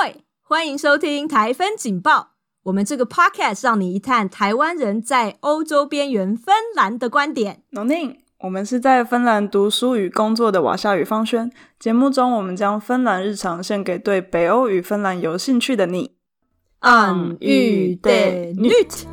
Ahoy！ 欢迎收听台芬警报。我们这个 podcast 让你一探台湾人在欧洲边缘芬兰的观点。 Nonin， 我们是在芬兰读书与工作的瓦夏与方轩。节目中，我们将芬兰日常献给对北欧与芬兰有兴趣的你。 暗喻的 nyt。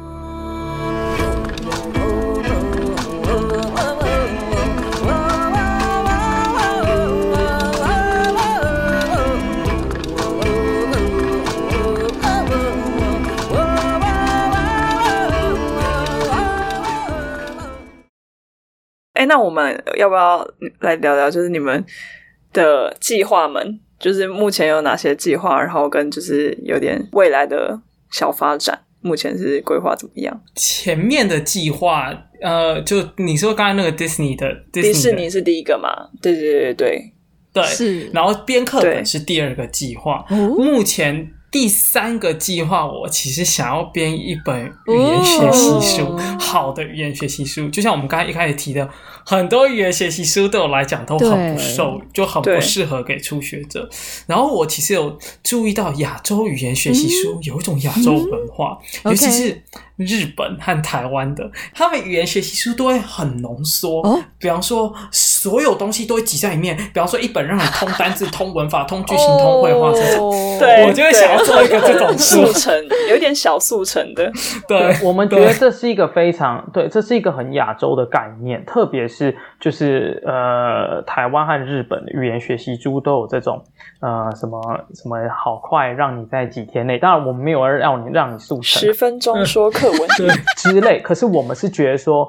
那我们要不要来聊聊就是你们的计划们，就是目前有哪些计划，然后跟就是有点未来的小发展，目前是规划怎么样？ 前面的计划就你说刚才那个迪士尼是第一个嘛？对， 是。 然后编课本是第二个计划，目前第三个计划，我其实想要编一本语言学习书，好的语言学习书。就像我们刚才一开始提的，很多语言学习书对我来讲都很不受，就很不适合给初学者。然后我其实有注意到亚洲语言学习书有一种亚洲文化，尤其是日本和台湾的，他们语言学习书都会很浓缩，比方说所有东西都会挤在里面，比方说一本让你通单字、通文法、通句型、通绘画这种，我就会想要做一个这种速成，有点小速成的。 对，我们觉得这是一个非常这是一个很亚洲的概念，特别是就是台湾和日本的语言学习书都有这种什么好快让你在几天内，当然我们没有让你速成 10分钟说课文之类，可是我们是觉得说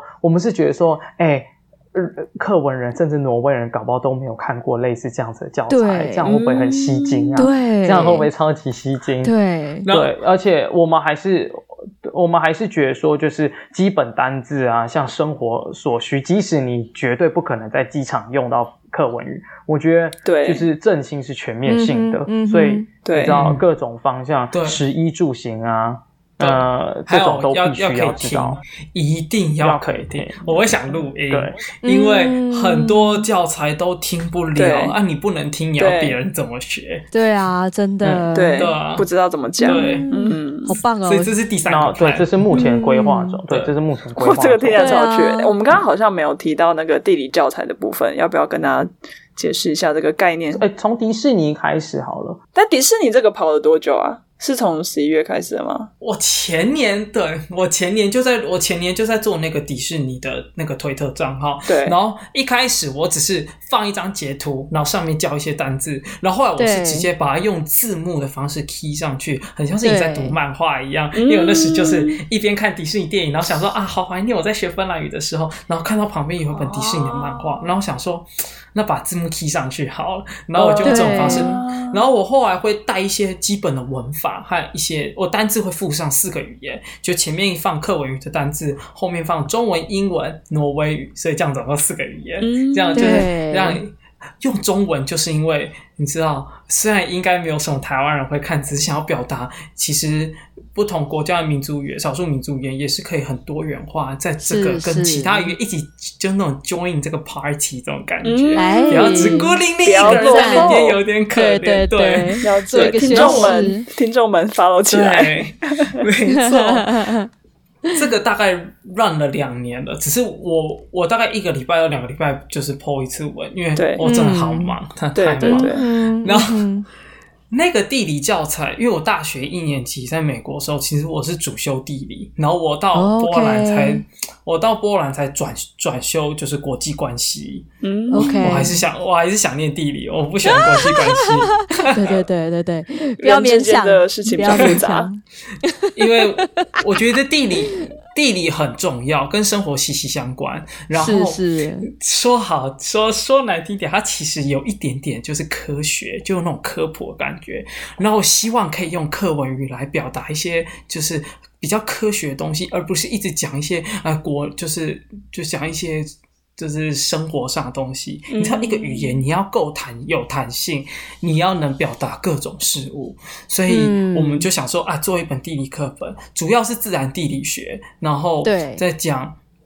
课文人甚至挪威人搞不好都没有看过类似这样子的教材，这样会不会很吸睛啊？ 对， 这样会不会超级吸睛？ 对， 而且我们还是觉得说，就是基本单字啊，像生活所需，即使你绝对不可能在机场用到课文语，我觉得就是振兴是全面性的，所以你知道各种方向，食衣住行啊。这种都必须要知道， 一定要可以听。我会想录音，因为很多教材都听不了啊，你不能听，你要别人怎么学？ 对啊，真的， 对啊，不知道怎么讲， 好棒哦！ 所以这是第三个， 对，这是目前规划中，这是目前规划中。 这个听起来超绝。我们刚刚好像没有提到那个地理教材的部分，要不要跟大家解释一下这个概念？ 从迪士尼开始好了。 但迪士尼这个跑了多久啊？是从11月开始的吗？ 我前年就在做那个迪士尼的那个推特账号，对。然后一开始我只是放一张截图，然后上面教一些单字，然后后来我是直接把它用字幕的方式 key 上去，很像是你在读漫画一样。因为我那时就是一边看迪士尼电影，然后想说好怀念我在学芬兰语的时候，然后看到旁边有一本迪士尼的漫画，然后想说那把字幕 key 上去好了，然后我就用这种方式。然后我后来会带一些基本的文法和一些我单字会附上4个语言，就前面放课文语的单字，后面放中文、英文、挪威语，所以这样总共4个语言，这样就是让你用中文，就是因为你知道，虽然应该没有什么台湾人会看，只是想要表达，其实不同国家的民族语言、少数民族语言也是可以很多元化，在这个跟其他语言一起，就那种 join 这个 party 这种感觉，不要只孤零零一个人在里面，有点可怜。对， 要做一个听众们 follow 起来， 没错。这个大概 run 了2年了，只是我大概1个礼拜到2个礼拜就是 po 一次文，因为我真的好忙，太忙。然后那个地理教材，因为我大学1年级在美国的时候，其实我是主修地理，然后我到波兰才转修就是国际关系。我还是想念地理，我不喜欢国际关系。 对，不要勉强的事情比较复杂， 因为我觉得地理很重要，跟生活息息相关。然后说难听点，它其实有一点点就是科学，就有那种科普的感觉。然后我希望可以用课文语来表达一些就是比较科学的东西，而不是一直讲一些就讲一些就是生活上的东西。你知道一个语言你要够有弹性，你要能表达各种事物，所以我们就想说做一本地理课本，主要是自然地理学，然后再讲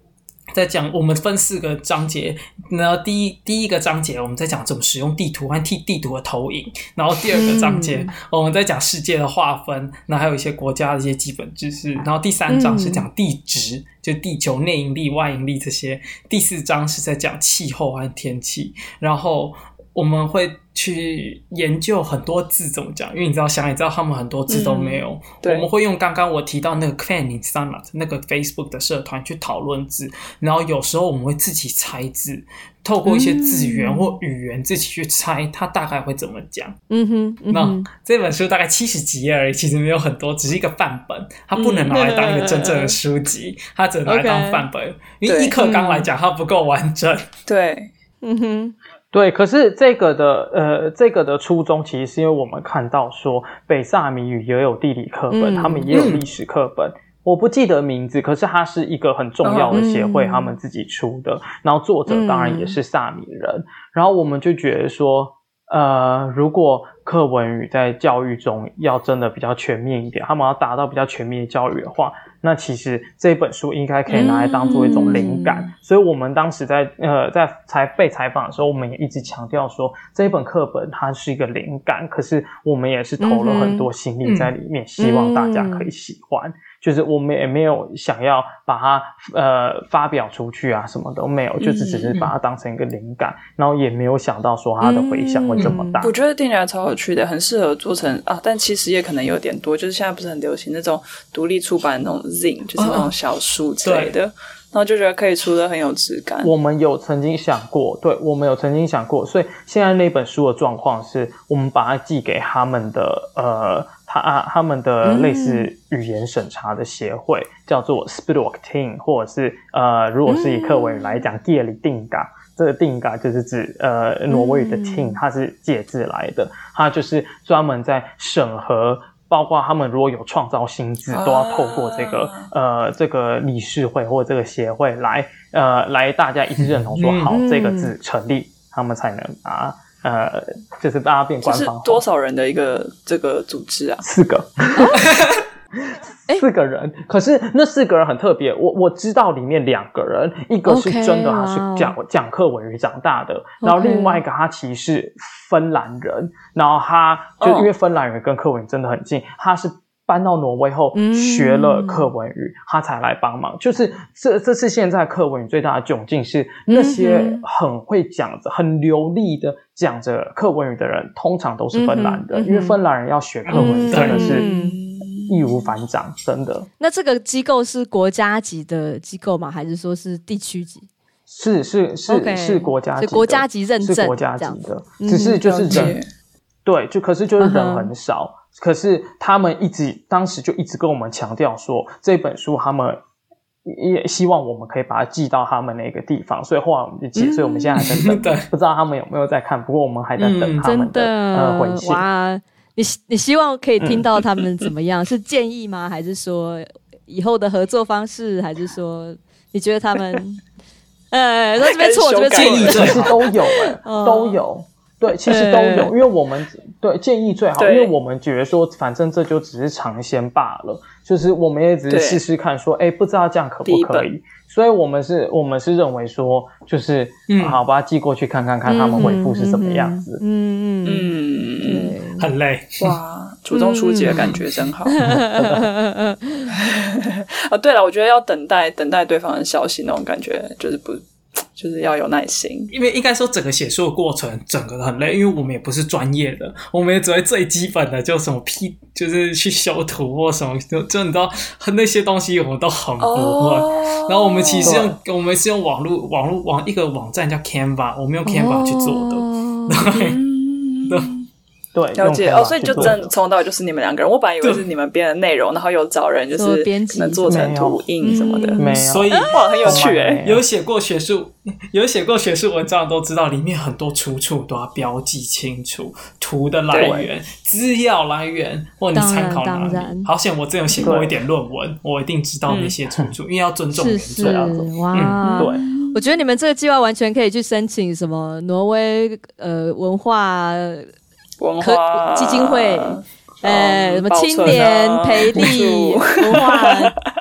在讲我们分4个章节，然后第一个章节我们在讲怎么使用地图和地图的投影，然后第2个章节我们在讲世界的划分，那还有一些国家的一些基本知识，然后第3章是讲地质，就地球内引力、外引力这些，第4章是在讲气候和天气，然后我们会去研究很多字怎么讲，因为你知道想也知道他们很多字都没有，我们会用刚刚我提到那个 Clan Summit 那个 Facebook 的社团去讨论字，然后有时候我们会自己猜字，透过一些字源或语言自己去猜它大概会怎么讲。那这本书大概70几页而已，其实没有很多，只是一一个范本，它不能拿来当一个真正的书籍，它只能拿来当范本，因为一课纲来讲它不够完整。 对， 对，可是这个的初衷其实是因为我们看到说北萨米语也有地理课本，他们也有历史课本，我不记得名字，可是它是一个很重要的协会，他们自己出的，然后作者当然也是萨米人，然后我们就觉得说如果课文语在教育中要真的比较全面一点，他们要达到比较全面的教育的话，那其实这本书应该可以拿来当做一种灵感，所以我们当时在被采访的时候，我们也一直强调说这一本课本它是一个灵感，可是我们也是投了很多心力在里面，希望大家可以喜欢，就是我们也没有想要把它发表出去啊什么的，没有，就只是把它当成一个灵感，然后也没有想到说它的回响会这么大。 我觉得听起来超有趣的，很适合做成但其实也可能有点多，就是现在不是很流行那种独立出版的那种 zine， 就是那种小书之类的，然后就觉得可以出的很有质感。 我们有曾经想过，对，我们有曾经想过，所以现在那本书的状况是我们把它寄给他们的他们的类似语言审查的协会，叫做 Språkting， 或者是如果是以课文语来讲 Kielitinga， 这个 Tinga 就是指挪威语的 ting， 它是借字来的，它就是专门在审核，包括他们如果有创造新字，都要透过这个理事会或者这个协会来大家一致认同说好这个字成立，他们才能就是大家变官方化。 这是多少人的一个这个组织啊 ？4个。4个人，可是那4个人很特别，我知道里面2个人，一个是真的他是讲课文语长大的，然后另外一个他其实是芬兰人，然后他就因为芬兰语跟课文语真的很近，他是搬到挪威后学了课文语，他才来帮忙。就是这次现在课文语最大的窘境是，那些很会讲着很流利的讲着课文语的人通常都是芬兰人，因为芬兰人要学课文语真的是易如反掌，真的。 那这个机构是国家级的机构吗？还是说是地区级？ 是国家级的， 国家级认证， 是国家级的，只是就是人，对，可是就是人很少，可是他们当时就一直跟我们强调说，这本书他们也希望我们可以把它寄到他们那个地方，所以后来我们就寄，所以我们现在还在等，不知道他们有没有在看，不过我们还在等他们的回信。 哇，你希望可以听到他们怎么样？是建议吗？还是说以后的合作方式？还是说你觉得他们说这边错，这边建议其实都有都有。对，其实都有，因为我们对建议最好，因为我们觉得说，反正这就只是尝鲜罢了，就是我们也只是试试看说，不知道这样可不可以，所以我们是认为说，就是好把它寄过去看看他们回复是什么样子。 很累哇，主动出击的感觉真好。对了，我觉得要等待对方的消息那种感觉，就是要有耐心， 因为应该说整个写作的过程整个很累，因为我们也不是专业的，我们也只会最基本的就什么就是去修图或什么，就你知道那些东西我们都很不会。然后我们其实是用网络一个网站叫 Canva， 我们用 Canva 去做的。 对， 了解所以就真的从头到尾就是你们2个人。我本来以为是你们编的内容，然后有找人就是可能做成图印什么的， 没有。 所以哇，很有趣有写过学术文章的都知道，里面很多出处都要标记清楚，图的来源、资料来源或你参考哪里。好险，我之前有写过一点论文，我一定知道那些出处，因为要尊重原作。 哇， 对。 我觉得你们这个计划完全可以去申请什么挪威文化基金会，什么青年培力文化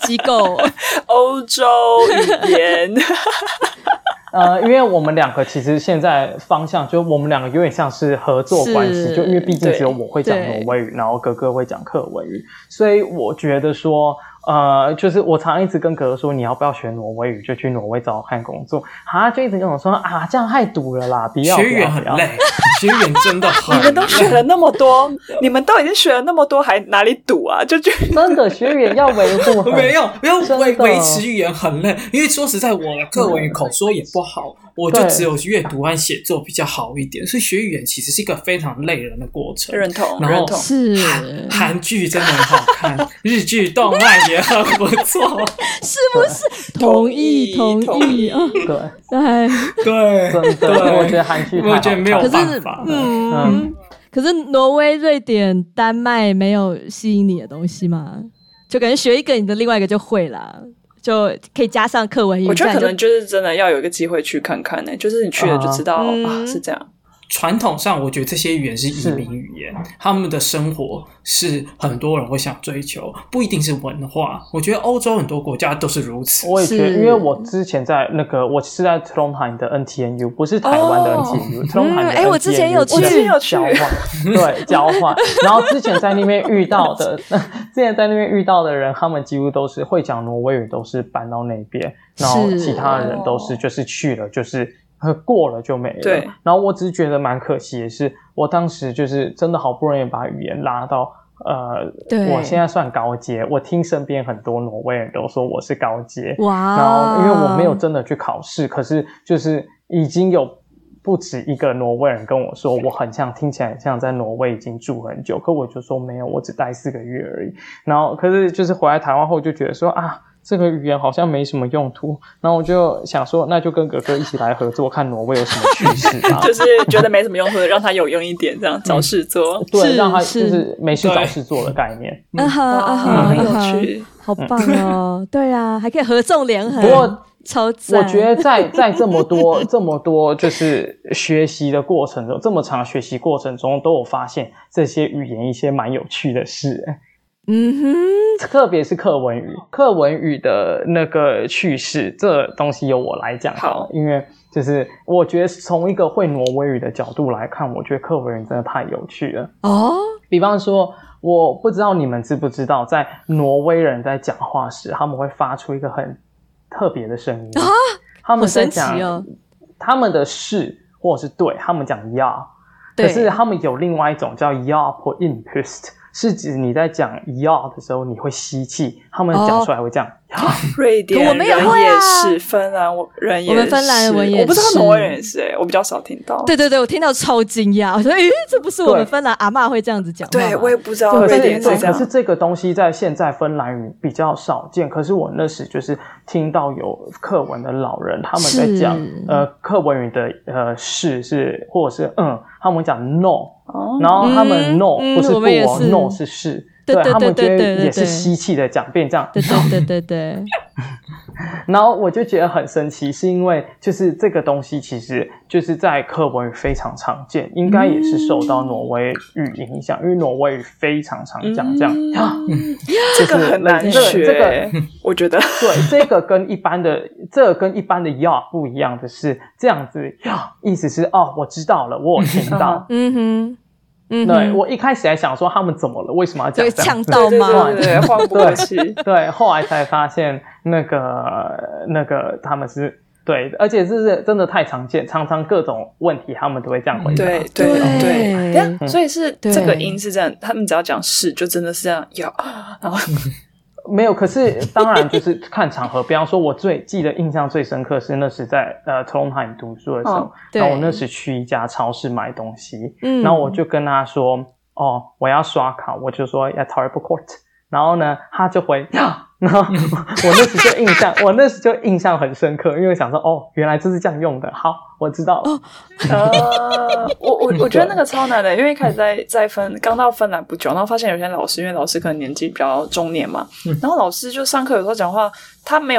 机构？ 欧洲语言。 因为我们两个其实现在方向就我们两个有点像是合作关系，就因为毕竟只有我会讲挪威语，然后哥哥会讲克文语，所以我觉得说就是我常一直跟哥哥说，你要不要学挪威语，就去挪威找我看工作。他就一直跟我说啊，这样太堵了啦，不要。 学语言很累，学语言真的很累。 你们都学了那么多，你们都已经学了那么多，还哪里堵啊？就觉得真的学语言要维护， 没有维持语言很累，因为说实在，我的克文语口说也不好。我就只有阅读和写作比较好一点，所以学语言其实是一个非常累人的过程。 认同， 然后是韩剧真的很好看，日剧动漫也很不错， 是不是？同意啊！ 对， 真的，我觉得韩剧， 我觉得没有办法。 可是挪威、瑞典、丹麦没有吸引你的东西吗？就感觉学一个，你的另外一个就会啦。就可以加上课文语。 我觉得可能就是真的要有一个机会去看看呢，就是你去了就知道是这样。 传统上我觉得这些语言是移民语言，他们的生活是很多人会想追求，不一定是文化。我觉得欧洲很多国家都是如此。 我也觉得，因为我之前在我是在 Trondheim 的 NTNU， 不是台湾的 NTNU。Trondheim 的 NTNU， 我之前有去交换，对，交换。然后之前在那边遇到的人，他们几乎都是会讲挪威语，都是搬到那边，然后其他人都是就是去了就是过了就没了。 对。 然后我只是觉得蛮可惜的是，我当时就是真的好不容易把语言拉到我现在算高阶，我听身边很多挪威人都说我是高阶。 哇！ 然后因为我没有真的去考试，可是就是已经有不止一个挪威人跟我说我很像，听起来很像在挪威已经住很久，可我就说没有，我只待4个月而已。然后可是就是回来台湾后就觉得说这个语言好像没什么用途，然后我就想说那就跟哥哥一起来合作，看挪威有什么趋势吧。 就是觉得没什么用途的让他有用一点，这样找事做。 对，让他就是没事找事做的概念。 很有趣， 好棒哦。对啊，还可以合纵连横。 不过超赞。 我觉得在这么多就是学习的过程中，这么长的学习过程中，都有发现这些语言一些蛮有趣的事。特别是课文语的那个趣事，这东西由我来讲好，因为就是我觉得从一个会挪威语的角度来看，我觉得课文语真的太有趣了哦。比方说，我不知道你们知不知道，在挪威人在讲话时，他们会发出一个很特别的声音啊，他们在讲他们的是或者是对，他们讲呀，可是他们有另外一种叫 ja på inpust。是指你在讲 ja 的时候，你会吸气，他们讲出来会这样。 瑞典人也是，芬兰人也是， 我们芬兰人也是， 我不知道挪威人也是我比较少听到。 对，我听到超惊讶，我说这不是我们芬兰阿嬷会这样子讲话。 对，我也不知道瑞典是这样。 可是这个东西在现在芬兰语比较少见，可是我那时就是听到有课文的老人他们在讲课文语的是或者是他们讲 no，然后他们 no 不是不哦 no 是是。对，他们觉得也是吸气的讲变这样。 对。 然后我就觉得很神奇，是因为就是这个东西其实就是在课文语非常常见，应该也是受到挪威语影响，因为挪威语非常常讲这样。 这个很难学，这个我觉得对，这个跟一般的呀不一样的是，这样子呀意思是我知道了，我有听到。对，我一开始还想说他们怎么了，为什么要讲这样子？ 呛到吗？ 对，换不过去。 对，后来才发现那个他们是对的，而且是真的太常见，常常各种问题他们都会这样回答。 对，所以是这个音是这样，他们只要讲是，就真的是这样要，然后。 没有，可是当然就是看场合。比方说，我最记得印象最深刻是那时在Trondheim 读书的时候，然后我那时去一家超市买东西，然后我就跟他说，我要刷卡，我就说要 tar på kort， 然后呢，他就回呀。然后我那时就印象很深刻，因为想说原来这是这样用的，好，我知道了。 我觉得那个超难的，因为一开始刚到芬兰不久，然后发现有些老师，因为老师可能年纪比较中年嘛，然后老师就上课有时候讲话，他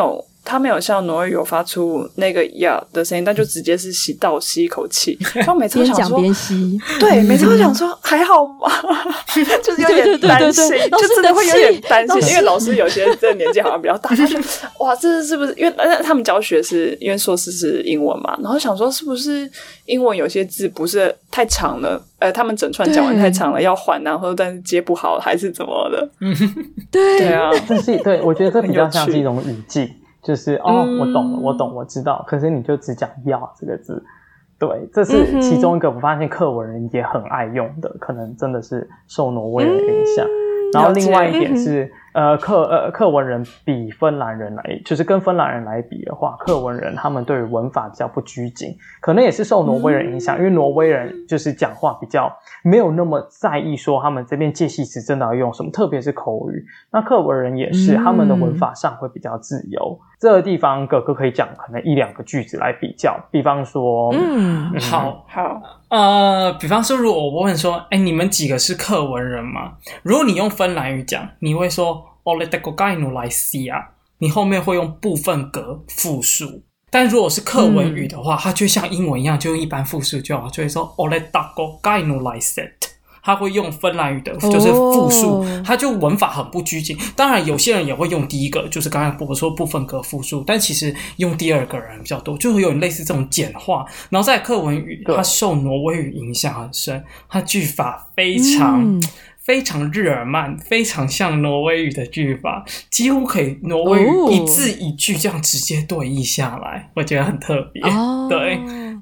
他没有像挪威语有发出那个呀的声音，但就直接是吸一口气。然后每次都想说边讲边吸， 对，每次都想说还好吗？就是有点担心，就真的会有点担心，因为老师有些这年纪好像比较大，他就哇，这是不是因为他们教学是因为硕士是英文嘛，然后想说是不是英文有些字不是太长了，他们整串讲完太长了要换，然后但是接不好还是怎么的？对啊， 对，我觉得这比较像是一种语境，就是我懂了，我知道，可是你就只讲要这个字。对，这是其中一个我发现课文人也很爱用的，可能真的是受挪威人影响。然后另外一点是课文人比芬兰人来，就是跟芬兰人来比的话，课文人他们对于文法比较不拘谨，可能也是受挪威人影响，因为挪威人就是讲话比较没有那么在意说他们这边介系词真的要用什么，特别是口语。那课文人也是，他们的文法上会比较自由。这个地方哥哥可以讲可能1-2个句子来比较，比方说好比方说如果我问说你们几个是课文人吗？如果你用芬兰语讲，你会说 Oleteko kainulaisia， 你后面会用部分格复数。但如果是课文语的话，它就像英文一样，就用一般复数就好，就会说 Oleteko kainulaiset，他会用芬兰语的就是复数，他就文法很不拘谨。当然有些人也会用第一个，就是刚才我说部分格复数，但其实用第二个人比较多，就会有类似这种简化。然后在课文语，它受挪威语影响很深，它句法非常日耳曼，非常像挪威语的句法，几乎可以挪威语一字一句这样直接对译下来，我觉得很特别。对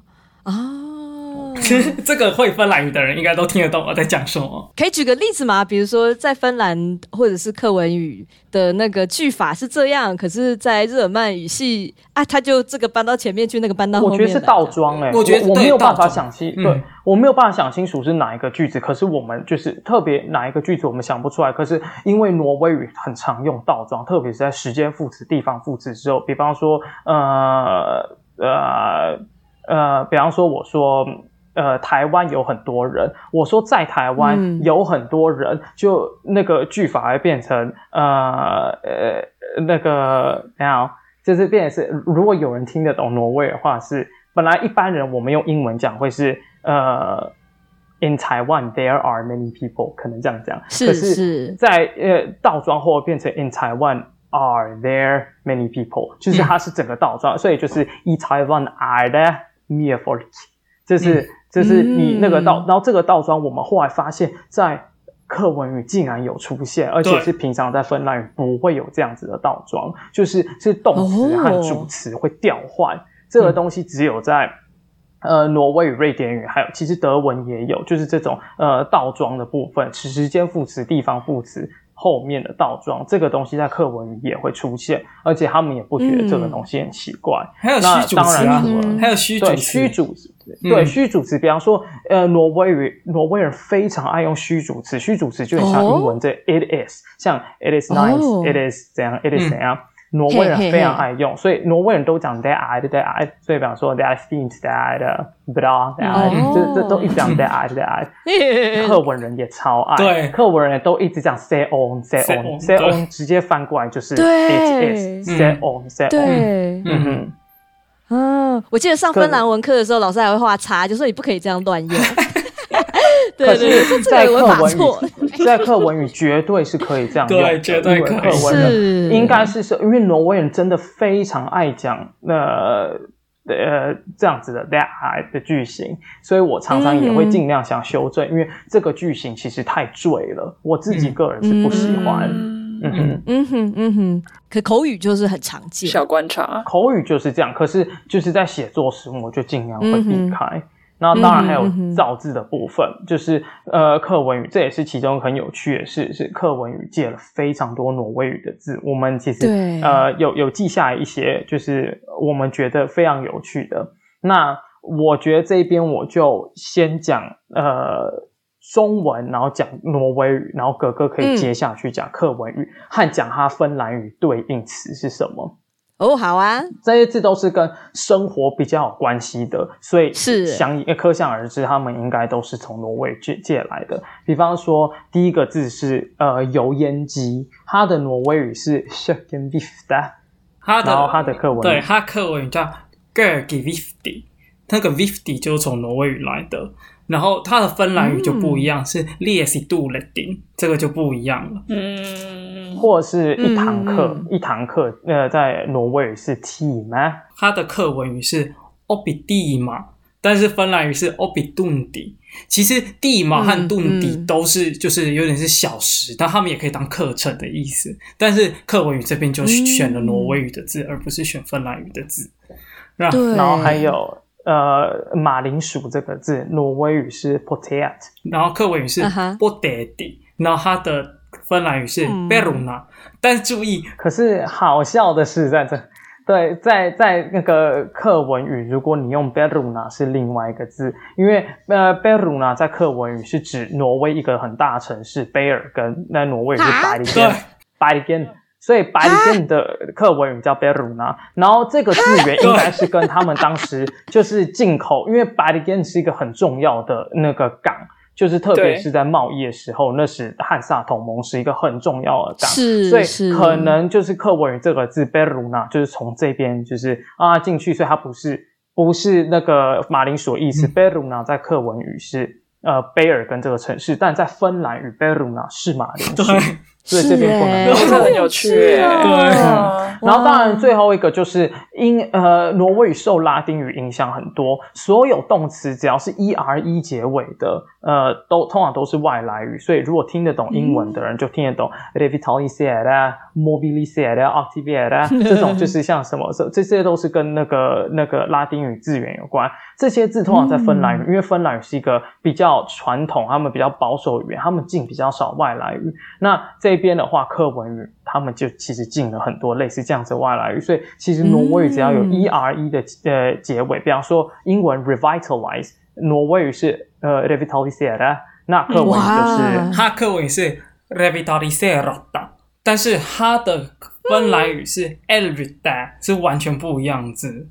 这个会芬兰语的人应该都听得懂我在讲什么。 可以举个例子吗？比如说在芬兰或者是课文语的那个句法是这样，可是在日耳曼语系他就这个搬到前面去，那个搬到后面。 我觉得是倒装我觉得我没有办法想清，对，我没有办法想清楚是哪一个句子，可是我们就是特别哪一个句子我们想不出来，可是因为挪威语很常用倒装，特别是在时间副词、地方副词之后，比方说比方说我说台湾有很多人，我说在台湾有很多人，就那个句法会变成那个怎样，就是变成是如果有人听得懂挪威的话，是本来一般人我们用英文讲会是in Taiwan there are many people， 可能这样讲，可是在倒装后变成 in Taiwan are there many people， 就是它是整个倒装，所以就是 in Taiwan are there many folk， 就是你那个然后这个倒装我们后来发现在课文语竟然有出现，而且是平常在芬兰语不会有这样子的倒装，是动词和主词会调换，这个东西只有在挪威语、瑞典语，还有其实德文也有，就是这种倒装的部分，时间副词、地方副词后面的倒装，这个东西在课文语也会出现，而且他们也不觉得这个东西很奇怪。 还有虚主词啊，还有虚主词， 对虚主词，对虚主词，比方说挪威人非常爱用虚主词，虚主词就很像英文这 it is， 像 it is nice，it is 怎样 ，it is 怎样。挪威人非常爱用，所以挪威人都讲 that， 所以比方说 that feet that bra that， 这都一直讲 that， 课文人也超爱， 对， 课文人都一直讲 say on， 直接翻过来就是 it is say on， 对，我记得上芬兰文课的时候，老师还会画叉，就说你不可以这样乱用。对对对， 在课文语绝对是可以这样用的， 对，绝对可以。 课文人应该是因为挪威人真的非常爱讲这样子的 that 的句型，所以我常常也会尽量想修正，因为这个句型其实太赘了，我自己个人是不喜欢。 可口语就是很常见， 小观察， 口语就是这样，可是就是在写作时我就尽量会避开。那当然还有造字的部分，就是课文语，这也是其中很有趣的事，是课文语借了非常多挪威语的字，我们其实有记下来一些，就是我们觉得非常有趣的。那我觉得这边我就先讲中文，然后讲挪威语，然后哥哥可以接下去讲课文语和讲它芬兰语对应词是什么。 好啊， 这些字都是跟生活比较有关系的，所以可想而知他们应该都是从挪威借来的。比方说第一个字是油烟机，它的挪威语是 kökenvifte， 然后它的课文语， 对，它课文语叫 Gergivifti， 那个 Vifti 就是从挪威语来的。然后它的芬兰语就不一样，是 Liesiduletin， 这个就不一样了。 或者是一堂课，一堂课，在挪威语是 time， 它的课文语是 Opidima， 但是芬兰语是 Opidundi。其实 Dima 和 Dundi 都是就是有点是小时，但他们也可以当课程的意思。但是课文语这边就选了挪威语的字，而不是选芬兰语的字。 然后还有马铃薯这个字，挪威语是 potet， 然后课文语是 potet， 然后它的芬兰语是 peruna， 但是注意， 可是好笑的是在这，对，在那个课文语，如果你用 peruna 是另外一个字，因为peruna 在课文语是指挪威一个很大的城市贝尔根，那挪威语是Bergen，所以Bergen的课文语叫 Beruna， 然后这个字源应该是跟他们当时就是进口，因为Bergen是一个很重要的那个港，就是特别是在贸易的时候，那时汉萨同盟是一个很重要的港，所以可能就是课文语这个字 Beruna 就是从这边就是进去，所以它不是那个马铃薯的意思。Beruna 在课文语是贝尔根这个城市，但在芬兰语 Beruna 是马铃薯。所以这边不能这很有趣耶。 对， 然后当然最后一个就是挪威语受拉丁语影响很多，所有动词只要是 ERE 结尾的通常都是外来语，所以如果听得懂英文的人就听得懂 revitalisera mobilisera activera 这种就是像什么这些都是跟那个拉丁语字源有关。这些字通常在芬兰语，因为芬兰语是一个比较传统，他们比较保守语言，他们进比较少外来语。那这边的话课文语他们就其实进了很多类似这样子的外来语，所以其实挪威语只要有 ERE 的结尾，比方说英文 revitalize， 挪威语是revitalisera， 那课文语就是它课文语是 revitaliserata， 但是它的芬兰语是 elvytä， 是完全不一样的字。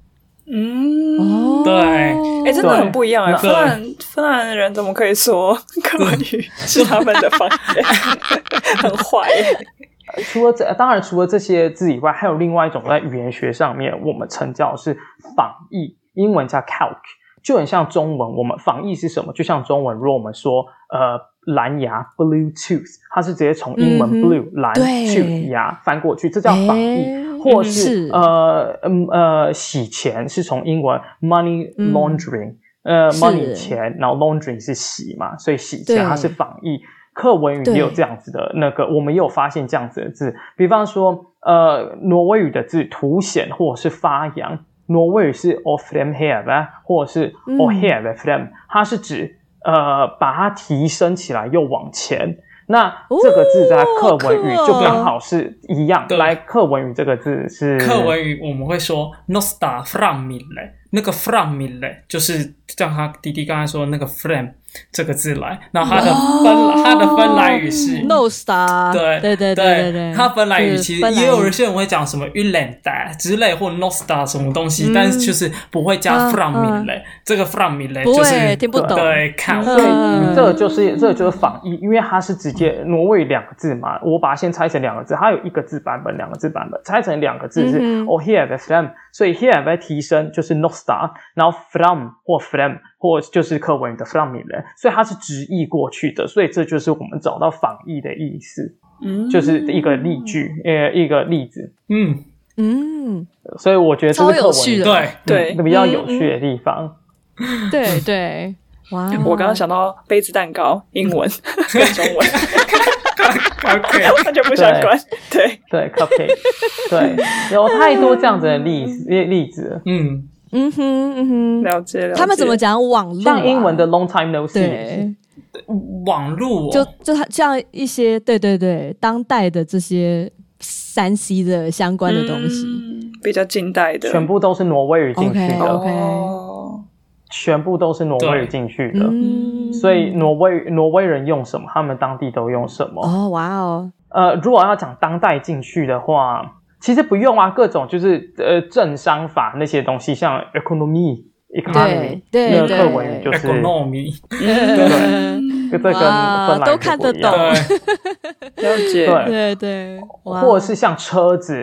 对， 真的很不一样哎！芬兰人怎么可以说课文语是他们的方言？很坏耶！ 当然除了这些字以外，还有另外一种在语言学上面我们称叫是仿译，英文叫 calque， 就很像中文。我们仿译是什么？就像中文，如果我们说蓝牙 blue tooth， 它是直接从英文 blue 蓝 tooth 牙翻过去，这叫仿译。或是洗钱是从英文 money laundering，money 钱，然后 laundering 是洗嘛，所以洗钱它是仿译。课文语也有这样子的那个，我们也有发现这样子的字，比方说挪威语的字凸显或者是发扬，挪威语是 ofremheve 或者是 ohevefrem， 它是指把它提升起来又往前。那这个字在课文语就刚好是一样。来，课文语这个字是课文语我们会说 nostra framille， 那个 framille 就是像他弟弟刚才说那个 frame 这个字来，然后它的芬兰语是 nostra， 对， 它芬兰语其实也有些人会讲什么 yläntä 之类或 nostra 什么东西，但是就是不会加 framille， 这个 framille 就是听不懂， 对，看， 这个就是仿译，因为它是直接挪威两个字嘛，我把它先拆成两个字，它有一个字版本两个字版本，拆成两个字是 ohevefrem， 所以 here 提升就是 nostra， 然后 fram 或 frem 或就是课文语的 framille， 所以它是直译过去的，所以这就是我们找到仿译的意思，就是一个例句，一个例子，所以我觉得这是课文语对比较有趣的地方， 对，哇！ 我刚刚想到杯子蛋糕，英文跟中文完全不相关，对 cupcake， 对，有太多这样子的例子， 了解。 他们怎么讲网络？ 像英文的 long time no see， 对， 网络就像一些对当代的这些3C 的相关的东西， 比较近代的， 全部都是挪威语进去的。 OK， 全部都是挪威语进去的，所以挪威人用什么，他们当地都用什么。 哇哦！ 如果要讲当代进去的话，其实不用啊，各种就是政商法那些东西，像 economy 那个课文语就是 economy， 对，这跟芬兰语都看得懂， 了解， 对， 或者是像车子。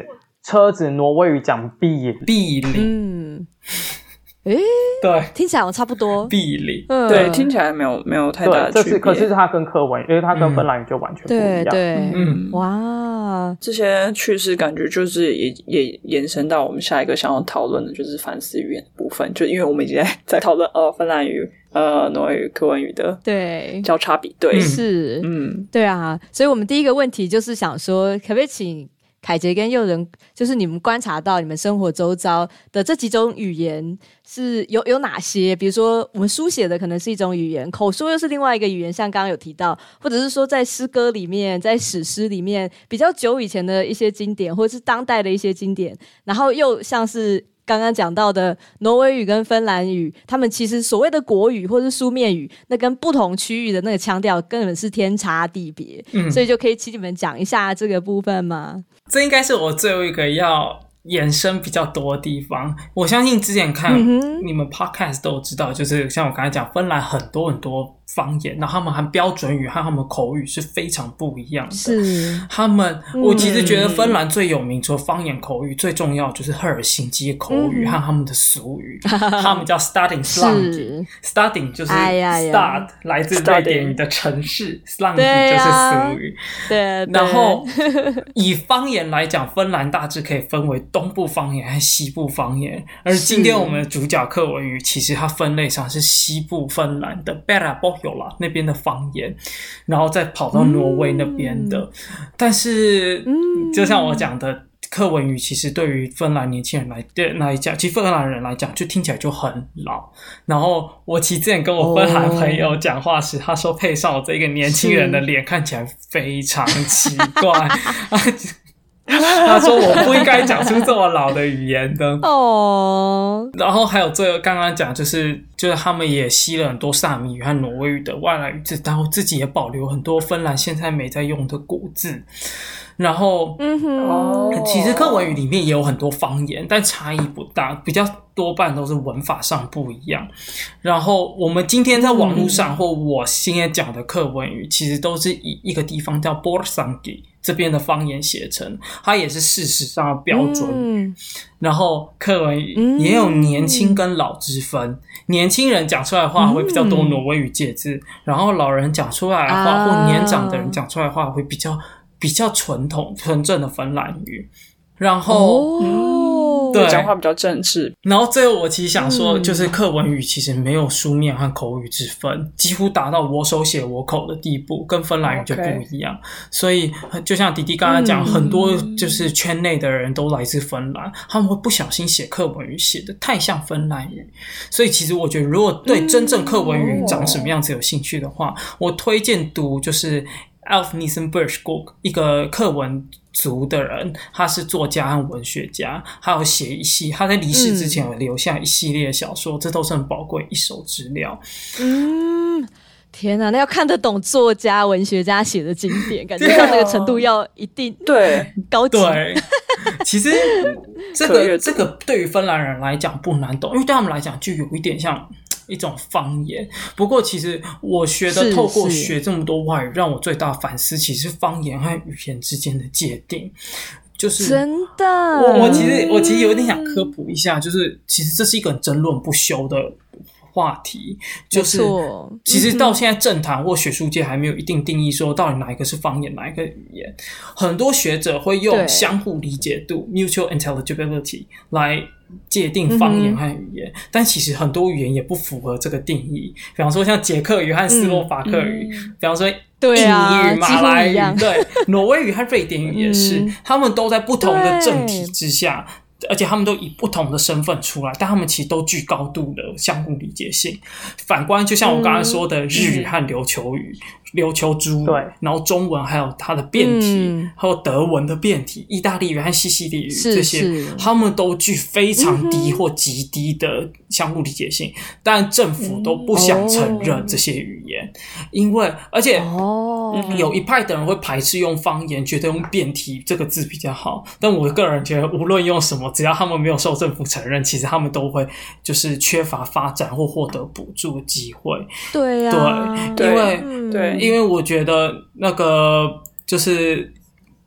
车子挪威语讲壁垒。 诶， 对， 听起来差不多。 壁垒，对，听起来没有太大的区别。 可是它跟课文，因为它跟芬兰语就完全不一样。 对，哇， 这些趣事感觉就是也延伸到我们下一个想要讨论的，就是反思语言的部分。就因为我们已经在讨论芬兰语、挪威语、课文语的交叉比对， 是，对啊。所以我们第一个问题就是想说，可不可以请凯杰跟佑仁，就是你们观察到你们生活周遭的这几种语言是有哪些？比如说我们书写的可能是一种语言，口说又是另外一个语言，像刚刚有提到，或者是说在诗歌里面，在史诗里面比较久以前的一些经典，或者是当代的一些经典，然后又像是刚刚讲到的挪威语跟芬兰语，他们其实所谓的国语或是书面语，那跟不同区域的那个腔调根本是天差地别，所以就可以请你们讲一下这个部分吗？ 这应该是我最后一个要衍生比较多的地方。我相信之前看你们 podcast 都知道，就是像我刚才讲，芬兰很多方言，然后他们和标准语和他们口语是非常不一样的。 是他们，我其实觉得芬兰最有名，除了方言口语，最重要就是赫尔辛基口语和他们的俗语，他们叫 starting slangy，starting 就是 start 来自瑞典语的城市 ，slangy 就是俗语。 对， 然后以方言来讲，芬兰大致可以分为东部方言和西部方言，而今天我们的主角课文语，其实它分类上是西部芬兰的 Berabojola那边的方言，然后再跑到挪威那边的。但是就像我讲的，课文语其实对于芬兰年轻人来讲，其实芬兰人来讲就听起来就很老。然后我其实之前跟我芬兰朋友讲话时，他说配上我这个年轻人的脸看起来非常奇怪他说我不应该讲出这么老的语言的然后还有这个刚刚讲就是他们也吸了很多萨米语和挪威语的外来语字，然后自己也保留很多芬兰现在没在用的古字。然后其实课文语里面也有很多方言，但差异不大，比较多半都是文法上不一样。然后我们今天在网络上或我现在讲的课文语，其实都是以一个地方叫 Borsangi 这边的方言写成，它也是事实上的标准语。然后课文语也有年轻跟老之分，年轻人讲出来的话会比较多挪威语介字，然后老人讲出来的话或年长的人讲出来的话会比较纯正的芬兰语。然后对， 讲话比较正式。 然后最后我其实想说，就是课文语其实没有书面和口语之分，几乎达到我手写我口的地步，跟芬兰语就不一样。所以就像弟弟刚才讲，很多就是圈内的人都来自芬兰，他们会不小心写课文语写得太像芬兰语。所以其实我觉得，如果对真正课文语长什么样子有兴趣的话，我推荐读就是Alf Nissen-Bergskog 一个课文族的人，他是作家和文学家，还有写他在离世之前有留下一系列小说，这都是很宝贵一手资料。 天哪，那要看得懂作家文学家写的经典，感觉到那个程度要一定高级。 对，其实这个对于芬兰人来讲不难懂，因为对他们来讲就有一点像一种方言。不过其实我觉得透过学这么多外语，让我最大的反思其实方言和语言之间的界定。就是真的， 我其实有点想科普一下，就是其实这是一个争论不休的话题，就是其实到现在政坛或学术界还没有一定定义说到底哪一个是方言哪一个语言。很多学者会用相互理解度 mutual intelligibility 来界定方言和语言，但其实很多语言也不符合这个定义。比方说像捷克语和斯洛伐克语，比方说印尼语、马来语，对，挪威语和瑞典语也是，他们都在不同的政体之下，而且他们都以不同的身份出来，但他们其实都具高度的相互理解性。反观就像我刚才说的日语和琉球语、琉球族，对，然后中文还有它的变体，还有德文的变体，意大利语和西西里语这些，他们都具非常低或极低的相互理解性，但政府都不想承认这些语言，因为而且有一派的人会排斥用方言，觉得用变体这个字比较好，但我个人觉得无论用什么，只要他们没有受政府承认，其实他们都会就是缺乏发展或获得补助的机会。 对啊， 对，因为我觉得那个就是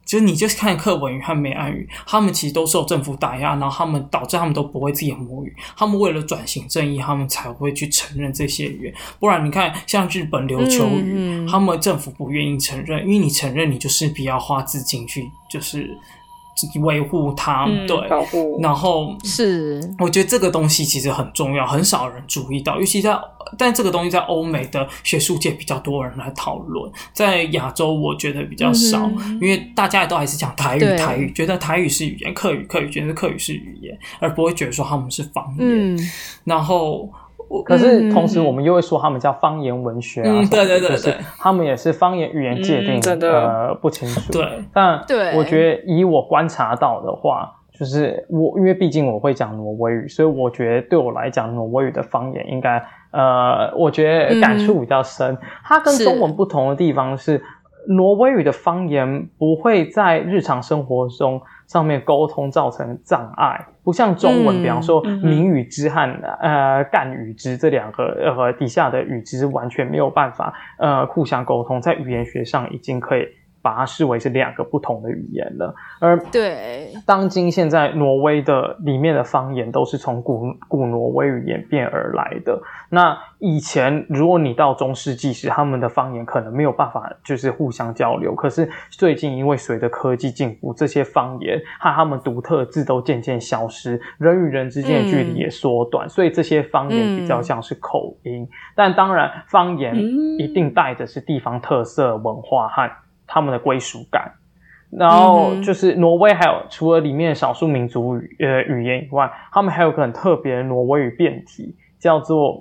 就是你就是看客文语和美安语，他们其实都受政府打压，然后他们导致他们都不会自己的母语，他们为了转型正义，他们才会去承认这些语言。不然你看像日本琉球语，他们政府不愿意承认，因为你承认你就势必要花资金去就是维护它，对， 保护。 然后是， 我觉得这个东西其实很重要，很少人注意到，尤其但这个东西在欧美的学术界比较多人来讨论，在亚洲我觉得比较少，因为大家也都还是讲台语，觉得台语是语言，客语觉得客语是语言，而不会觉得说他们是方言。然后可是同时我们又会说他们叫方言文学啊， 对， 就是他们也是方言语言界定不清楚。 对， 但我觉得以我观察到的话，就是因为毕竟我会讲挪威语，所以我觉得对我来讲挪威语的方言应该我觉得感触比较深。它跟中文不同的地方是挪威语的方言不会在日常生活中上面沟通造成障碍，不像中文，比方说闽语支和赣语支这两个底下的语支完全没有办法互相沟通，在语言学上已经可以把它视为是两个不同的语言了。而对， 当今现在挪威的里面的方言都是从古挪威语演变而来的。那以前如果你到中世纪时，他们的方言可能没有办法就是互相交流，可是最近因为随着科技进步，这些方言和他们独特的字都渐渐消失，人与人之间的距离也缩短，所以这些方言比较像是口音。但当然方言一定带的是地方特色文化和他们的归属感。然后就是挪威还有除了里面的少数民族语言以外，他们还有个很特别的挪威语变体，叫做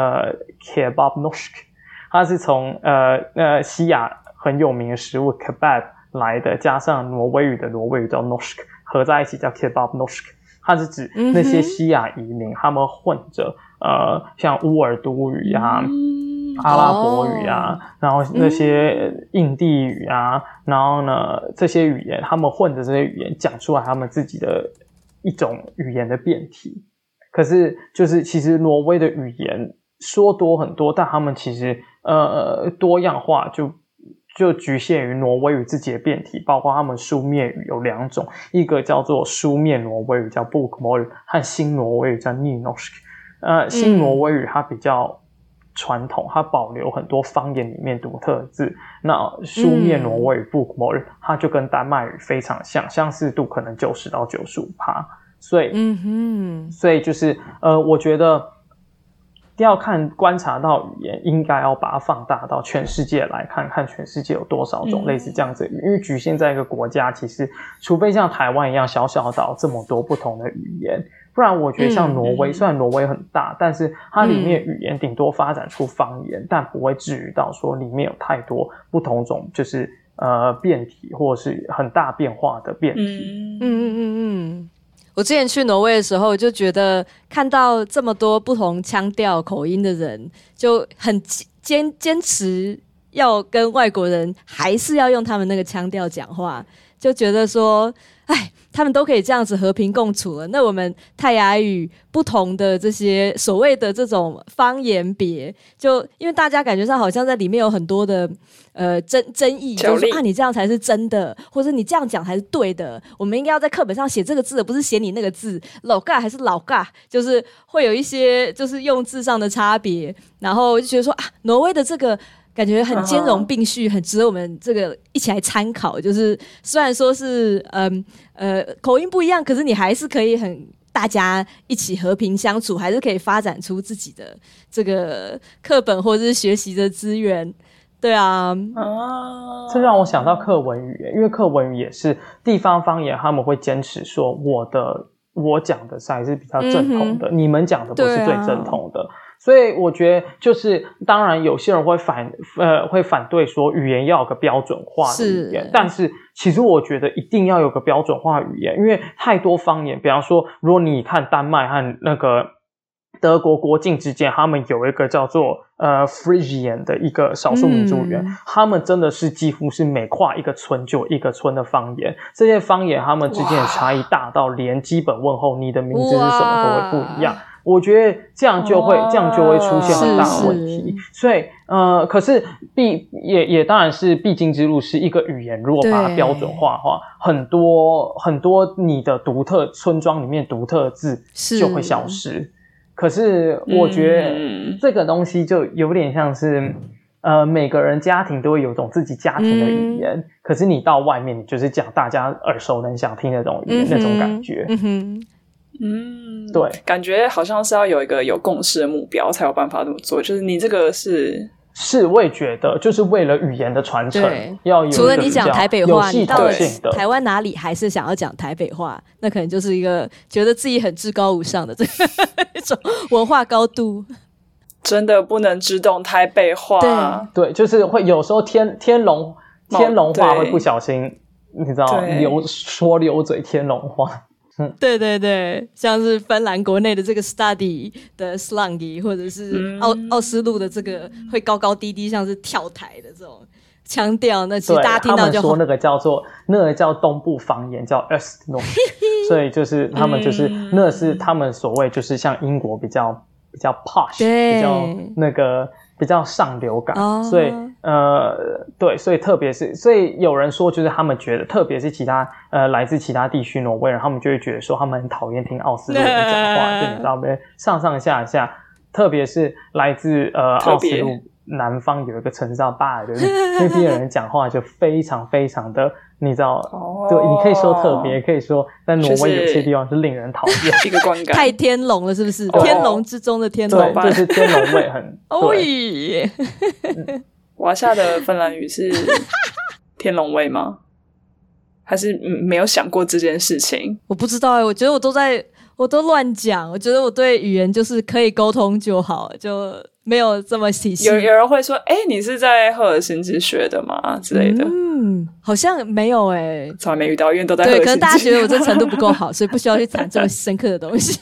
kebab norsk， 它是从西亚很有名的食物 kebab 来的，加上挪威语的挪威语叫 norsk 合在一起叫 kebab norsk。它是指那些西亚移民，他们混着像乌尔都语啊、阿拉伯语啊，然后那些印地语啊，然后呢这些语言他们混着这些语言讲出来他们自己的一种语言的变体。可是就是其实挪威的语言说多很多，但他们其实多样化就局限于挪威语自己的变体，包括他们书面语有两种，一个叫做书面挪威语叫 bokmål 和新挪威语叫 nynorsk。新挪威语它比较传统，它保留很多方言里面独特的字。那书面挪威语 bokmål 它就跟丹麦语非常像，相似度可能90%到95%。所以就是我觉得要观察到语言，应该要把它放大到全世界来看全世界有多少种类似这样子的语言。因为局限在一个国家，其实除非像台湾一样小小岛这么多不同的语言，不然我觉得像挪威，虽然挪威很大，但是它里面语言顶多发展出方言，但不会至于到说里面有太多不同种就是变体或者是很大变化的变体。 我之前去挪威的时候，就觉得看到这么多不同腔调口音的人，就很坚持要跟外国人还是要用他们那个腔调讲话，就觉得说他们都可以这样子和平共处了，那我们泰雅语不同的这些所谓的这种方言别，就因为大家感觉上好像在里面有很多的争议，就是说你这样才是真的，或者你这样讲才是对的，我们应该要在课本上写这个字，不是写你那个字，老尬还是老尬，就是会有一些就是用字上的差别。然后我就觉得说挪威的这个感觉很兼容并蓄，很值得我们这个一起来参考。就是虽然说是口音不一样，可是你还是可以大家一起和平相处，还是可以发展出自己的这个课本或者是学习的资源。对啊， 这让我想到课文语，因为课文语也是地方方言，他们会坚持说我讲的才是比较正统的，你们讲的不是最正统的。所以我觉得就是当然有些人会反对说语言要有个标准化的语言，但是其实我觉得一定要有个标准化语言，因为太多方言，比方说如果你看丹麦和那个德国国境之间，他们有一个叫做Frisian 的一个少数民族语言，他们真的是几乎是每跨一个村就有一个村的方言，这些方言他们之间的差异大到连基本问候你的名字是什么都会不一样。 我觉得这样就会出现很大的问题。所以可是也当然是必经之路，是一个语言如果把它标准化的话，很多你的独特村庄里面独特的字就会消失。可是我觉得这个东西就有点像是每个人家庭都会有一种自己家庭的语言，可是你到外面你就是讲大家耳熟能详听那种语言，那种感觉。对， 感觉好像是要有一个有共识的目标才有办法这么做，就是你这个是我也觉得就是为了语言的传承要有一个除了你讲台北话， 你到了台湾哪里还是想要讲台北话，那可能就是一个觉得自己很至高无上的这个一种文化高度。 真的不能只懂台北话， 对，就是会有时候天龙话会不小心，你知道溜嘴天龙话。 对对对，像是芬兰国内的这个 study 的 slang， 或者是奥斯陆的这个会高高低低，像是跳台的这种腔调，那其实大家听到就他们说那个叫东部方言，叫 Östnorr 所以就是他们就是那是他们所谓就是像英国比较 posh， 比较那个比较上流感，所以对，所以特别是所以有人说就是他们觉得特别是其他来自其他地区挪威人，他们就会觉得说他们很讨厌听奥斯陆人讲话，就你知道没，上下下，特别是来自奥斯陆南方有一个城市叫巴尔的那边的人讲话就非常非常的你知道对，你可以说特别可以说在挪威有些地方是令人讨厌一个观感太天龙了是不是天龙之中的天龙对，就是天龙味很对瓦夏的芬兰语是天龙味吗？还是没有想过这件事情？ 我不知道我觉得我都乱讲，我觉得我对语言就是可以沟通就好，就没有这么体系。 有人会说你是在赫尔辛基学的吗之类的？ 好像没有从来没遇到，因为都在赫尔辛基。 对，可能大家觉得我这程度不够好，所以不需要去谈这么深刻的东西。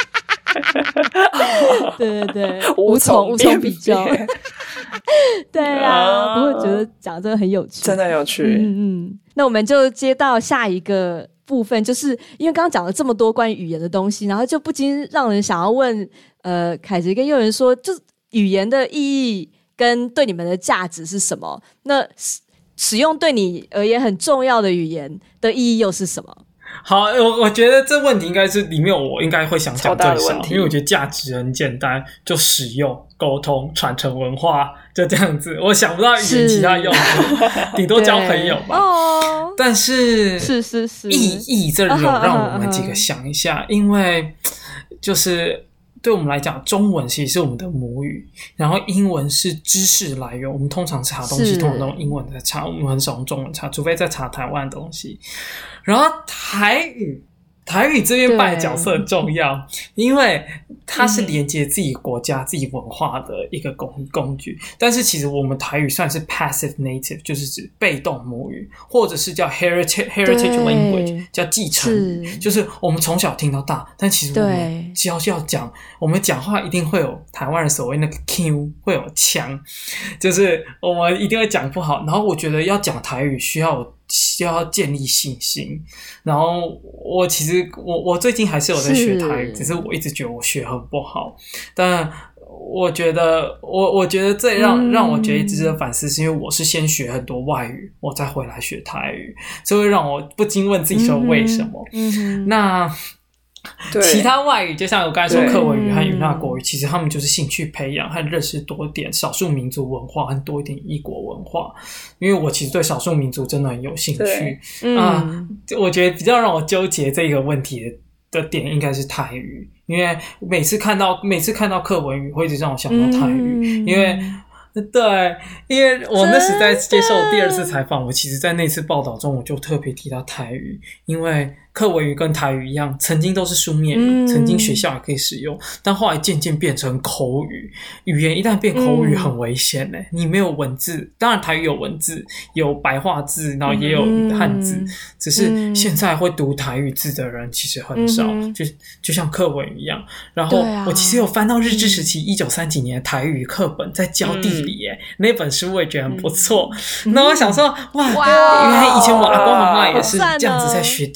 对对对，无从比较。对啊，不过觉得讲这个很有趣， 真的有趣。 那我们就接到下一个部分，就是因为刚刚讲了这么多关于语言的东西，然后就不禁让人想要问凯杰跟佑仁说，就是语言的意义跟对你们的价值是什么？那使用对你而言很重要的语言的意义又是什么？ 好，我觉得这问题应该是里面我应该会想讲最少，因为我觉得价值很简单，就使用、沟通、传承文化，就这样子。我想不到语言其他用途，顶多交朋友吧。但是意义这里有让我们几个想一下，因为就是对我们来讲，中文其实是我们的母语，然后英文是知识来源。我们通常查东西通常都用英文在查，我们很少用中文查，除非在查台湾的东西。然后台语这边扮演角色很重要，因为它是连接自己国家、自己文化的一个工具。但是其实我们台语算是 passive native， 就是指被动母语，或者是叫 heritage language， 叫继承语，就是我们从小听到大。但其实我们只要讲，我们讲话一定会有台湾人所谓那个 Q， 会有腔，就是我们一定会讲不好。然后我觉得要讲台语需要建立信心，然后我其实我最近还是有在学台语，只是我一直觉得我学很不好。但我觉得我觉得最让我觉得值得反思，是因为我是先学很多外语，我再回来学台语，所以会让我不禁问自己说为什么。那其他外语就像我刚才说克文语和语纳国语，其实他们就是兴趣培养和认识多点少数民族文化和多一点异国文化。因为我其实对少数民族真的很有兴趣我觉得比较让我纠结这个问题的点应该是台语，因为每次看到克文语会一直让我想到台语，因为我那时在接受第二次采访，我其实在那次报道中我就特别提到台语，因为克文语跟台语一样，曾经都是书面语，曾经学校也可以使用，但后来渐渐变成口语。语言一旦变口语很危险你没有文字，当然台语有文字，有白话字，然后也有汉字，只是现在会读台语字的人其实很少，就像课文一样。然后我其实有翻到日治时期1930几年的台语课本，在教地理那本书我也觉得很不错。那我想说哇，原来以前我阿公阿嬷也是这样子在学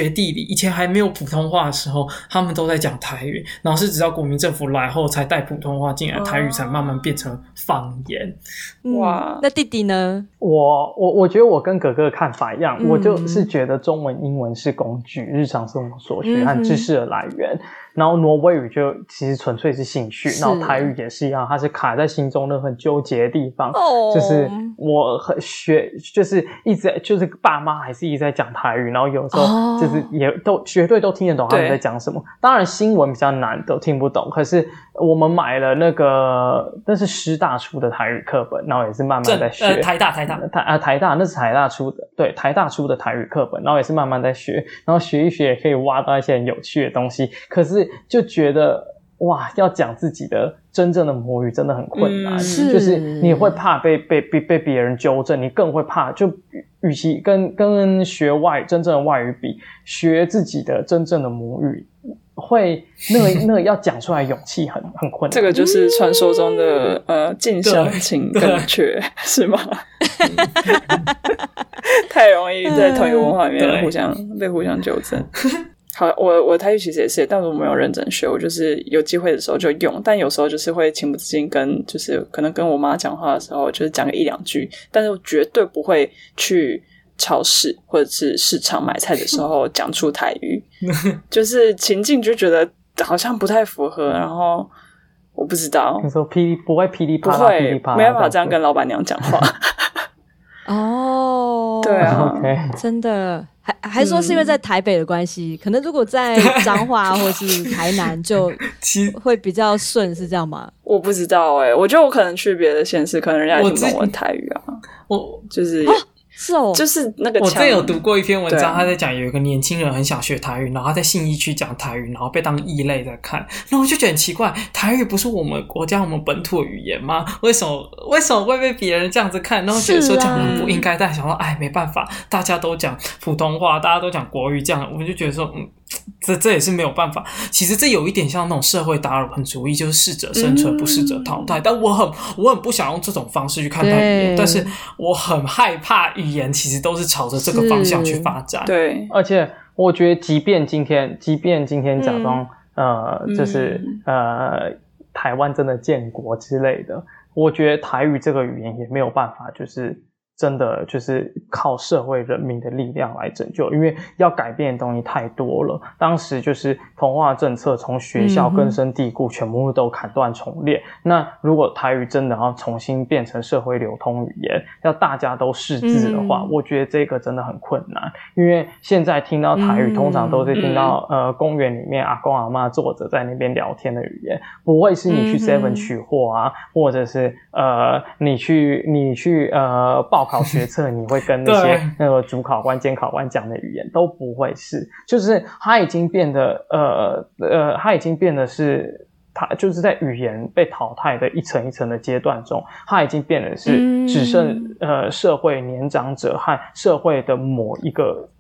节地理，以前还没有普通话的时候，他们都在讲台语，然后是直到国民政府来后才带普通话进来，台语才慢慢变成方言。 哇，那弟弟呢？ 我觉得我跟哥哥的看法一样，我就是觉得中文、英文是工具，日常生活所需和知识的来源。然后挪威语就其实纯粹是兴趣，然后台语也是一样，它是卡在心中的很纠结的地方。就是我很学，就是一直就是爸妈还是一直在讲台语，然后有时候就是也都绝对都听得懂他们在讲什么。当然新闻比较难，都听不懂。可是我们买了那是师大出的台语课本，然后也是慢慢在学。 台大那是台大出的，对，台大出的台语课本，然后也是慢慢在学，然后学一学也可以挖到一些很有趣的东西。可是就觉得哇，要讲自己的真正的母语真的很困难，就是你会怕被别人纠正，你更会怕，就与其跟学真正的外语比，学自己的真正的母语会那个要讲出来勇气很困难。 这个就是传说中的近乡情更怯是吗？太容易在同一个文化里面互相纠正。好，我台语其实也是，但是我没有认真学，我就是有机会的时候就用，但有时候就是会情不自禁就是可能跟我妈讲话的时候，就是讲个一两句，但是我绝对不会去超市或者是市场买菜的时候讲出台语，就是情境就觉得好像不太符合，然后我不知道， 你说不会噼里啪啦， 不会，没办法这样跟老板娘讲话。 哦， 对啊， okay. 真的，还说是因为在台北的关系，可能如果在彰化或是台南就会比较顺，是这样吗？ 我不知道我觉得我可能去别的县市，可能人家也听懂我台语啊。我就是是哦， 就是那个我之前有读过一篇文章，他在讲有一个年轻人很想学台语，然后他在信义区讲台语，然后被当异类在看，然后我就觉得很奇怪，台语不是我们国家我们本土的语言吗？为什么会被别人这样子看？然后觉得说这样很不应该，但想说没办法，大家都讲普通话，大家都讲国语，这样我就觉得说这也是没有办法。其实这有一点像那种社会达尔文主义，就是适者生存，不适者淘汰。但我很不想用这种方式去看待语言，但是我很害怕语言其实都是朝着这个方向去发展。 对， 而且我觉得即便今天假装就是台湾真的建国之类的，我觉得台语这个语言也没有办法就是真的就是靠社会人民的力量来拯救，因为要改变的东西太多了。当时就是同化政策从学校根深蒂固，全部都砍断重练。那如果台语真的要重新变成社会流通语言，要大家都识字的话，我觉得这个真的很困难。因为现在听到台语，通常都是听到公园里面阿公阿嬷坐着在那边聊天的语言，不会是你去 7 取货啊，或者是你去报考学测，你会跟那些那个主考官、监考官讲的语言都不会是，就是它已经变得是它就是在语言被淘汰的一层一层的阶段中，它已经变得是只剩社会年长者和社会的某一个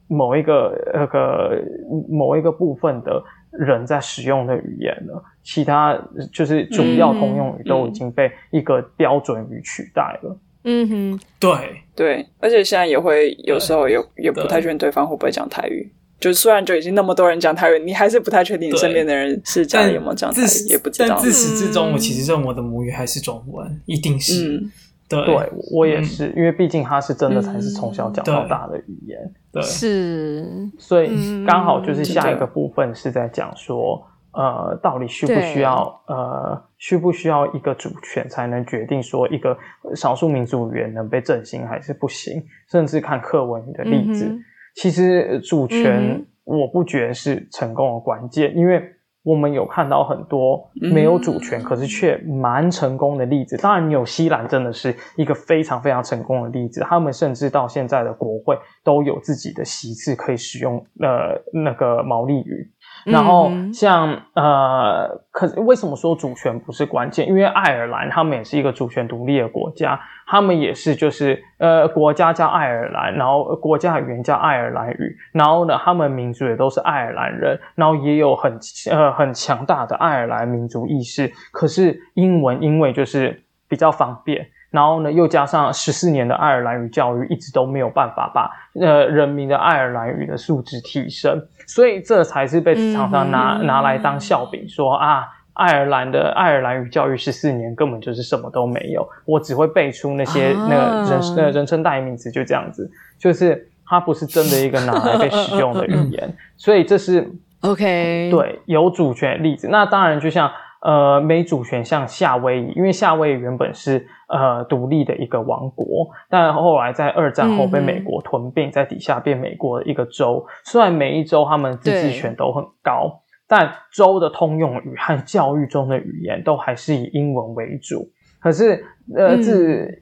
部分的人在使用的语言了，其他就是主要通用语都已经被一个标准语取代了。 对， 而且现在也会有时候也不太确定对方会不会讲台语，就虽然就已经那么多人讲台语，你还是不太确定你身边的人是家里有没有讲台语，也不知道。 但自始至终，我其实认我的母语还是中文，一定是。对， 我也是，因为毕竟它是真的才是从小讲到大的语言。 对， 是， 所以刚好就是下一个部分是在讲说，到底需不需要一个主权才能决定说一个少数民族语言能被振兴还是不行，甚至看课文语的例子。其实主权我不觉得是成功的关键，因为我们有看到很多没有主权可是却蛮成功的例子。当然纽西兰真的是一个非常非常成功的例子，他们甚至到现在的国会都有自己的席次可以使用那个毛利语。然后像可是为什么说主权不是关键？因为爱尔兰他们也是一个主权独立的国家，他们也是就是国家叫爱尔兰，然后国家语言叫爱尔兰语，然后呢他们民族也都是爱尔兰人，然后也有很强大的爱尔兰民族意识。可是英文因为就是比较方便， 然后呢，又加上14年的爱尔兰语教育一直都没有办法把人民的爱尔兰语的素质提升，所以这才是被常常拿来当笑柄说啊，爱尔兰语教育14年根本就是什么都没有，我只会背出那些人称代名词，就这样子，就是它不是真的一个拿来被使用的语言，所以这是 OK 对有主权的例子。那当然就像没主权，像夏威夷，因为夏威夷原本是独立的一个王国，但后来在二战后被美国吞并，在底下变美国的一个州。虽然每一州他们自治权都很高，但州的通用语和教育中的语言都还是以英文为主。可是自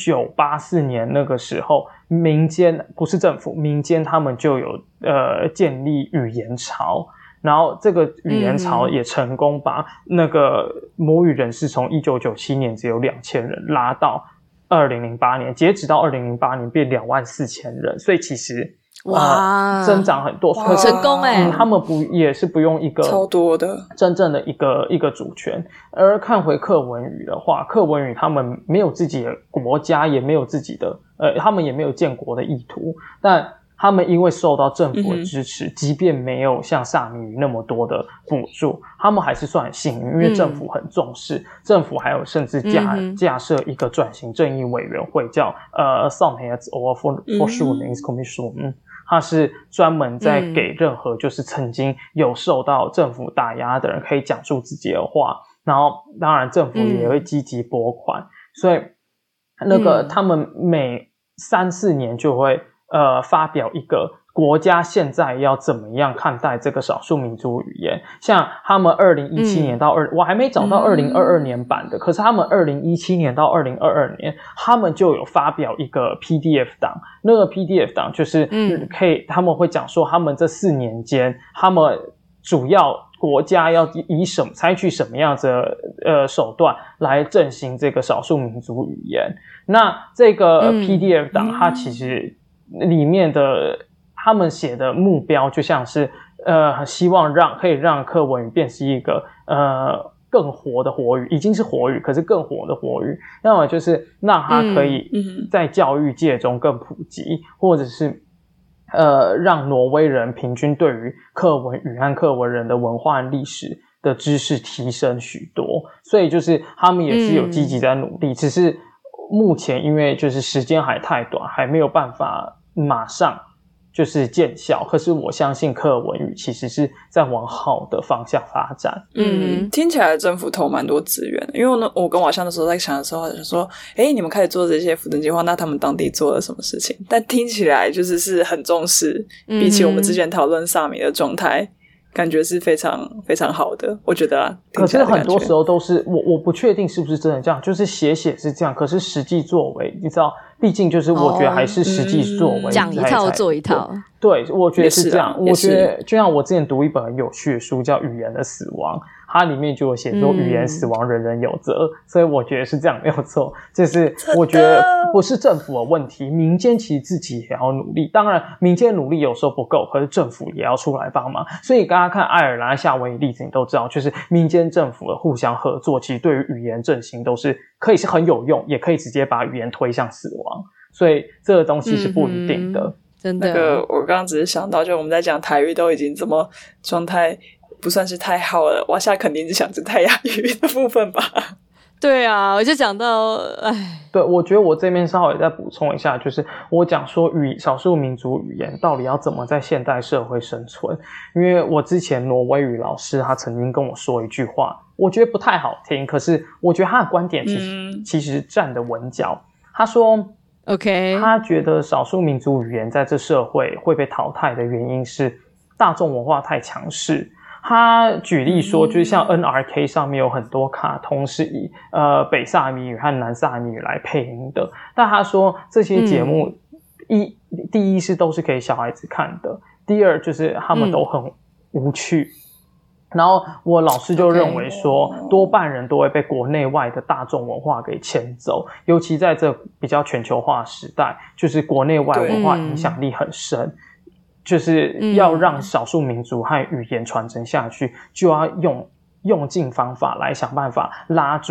1984年那个时候，民间不是政府，民间他们就有建立语言巢。然后这个语言巢也成功把那个母语人士从1997年只有2000人拉到2008年，截止到2008年变24000人，所以其实增长很多， 很成功他们也是不用一个超多的真正的一个主权。而看回课文语的话，课文语他们没有自己的国家，也没有自己的他们也没有建国的意图，但他们因为受到政府的支持，即便没有像萨米语那么多的补助，他们还是算很幸运，因为政府很重视，政府还有甚至架设一个转型正义委员会，叫Samhälls- och Försoningskommission，它是专门在给任何就是曾经有受到政府打压的人可以讲述自己的话，然后当然政府也会积极拨款，所以那个他们每3-4年就会发表一个国家现在要怎么样看待这个少数民族语言。像他们2017年到我还没找到2022年版的，可是他们2017年到2022年他们就有发表一个 PDF 档，那个 PDF 档就是他们会讲说他们这4年间他们主要国家要采取什么样的手段来振兴这个少数民族语言。那这个 PDF 档它其实里面的他们写的目标就像是希望可以让课文语变成一个更活的活语，已经是活语，可是更活的活语，那么就是让它可以在教育界中更普及，或者是让挪威人平均对于课文语和课文人的文化和历史的知识提升许多，所以就是他们也是有积极在努力，只是目前因为就是时间还太短，还没有办法马上就是见效，可是我相信课文语其实是在往好的方向发展。 听起来政府投蛮多资源的，因为我跟瓦香的时候在想的时候就说你们开始做这些扶正计划，那他们当地做了什么事情？但听起来是很重视，比起我们之前讨论萨米的状态感觉是非常非常好的，我觉得啦。 可是很多时候都是我不确定是不是真的这样，就是写是这样，可是实际作为你知道，毕竟就是我觉得还是实际作为讲一套做一套。 对，我觉得是这样。我觉得就像我之前读一本很有趣的书叫《语言的死亡》，它里面就有写说语言死亡人人有责，所以我觉得是这样没有错。就是我觉得不是政府的问题，民间其实自己也要努力。当然民间努力有时候不够，可是政府也要出来帮忙。所以刚刚看爱尔兰、夏威夷例子你都知道，就是民间政府的互相合作，其实对于语言振兴都是可以是很有用，也可以直接把语言推向死亡。所以这个东西是不一定的。 真的， 那个我刚刚只是想到，就我们在讲台语都已经这么状态不算是太好了，往下肯定是想着泰雅语的部分吧。 对啊，我就讲到对，我觉得我这边稍微再补充一下，就是我讲说少数民族语言到底要怎么在现代社会生存。因为我之前挪威语老师他曾经跟我说一句话，我觉得不太好听，可是我觉得他的观点其实站得稳脚。他说 OK， 他觉得少数民族语言在这社会会被淘汰的原因是大众文化太强势。他举例说，就是像 NRK 上面有很多卡通是以北萨米语和南萨米语来配音的，但他说这些节目第一是都是给小孩子看的，第二就是他们都很无趣。然后我老师就认为说，多半人都会被国内外的大众文化给牵走，尤其在这比较全球化的时代，就是国内外文化影响力很深，就是要让少数民族和语言传承下去，就要用尽方法来想办法拉住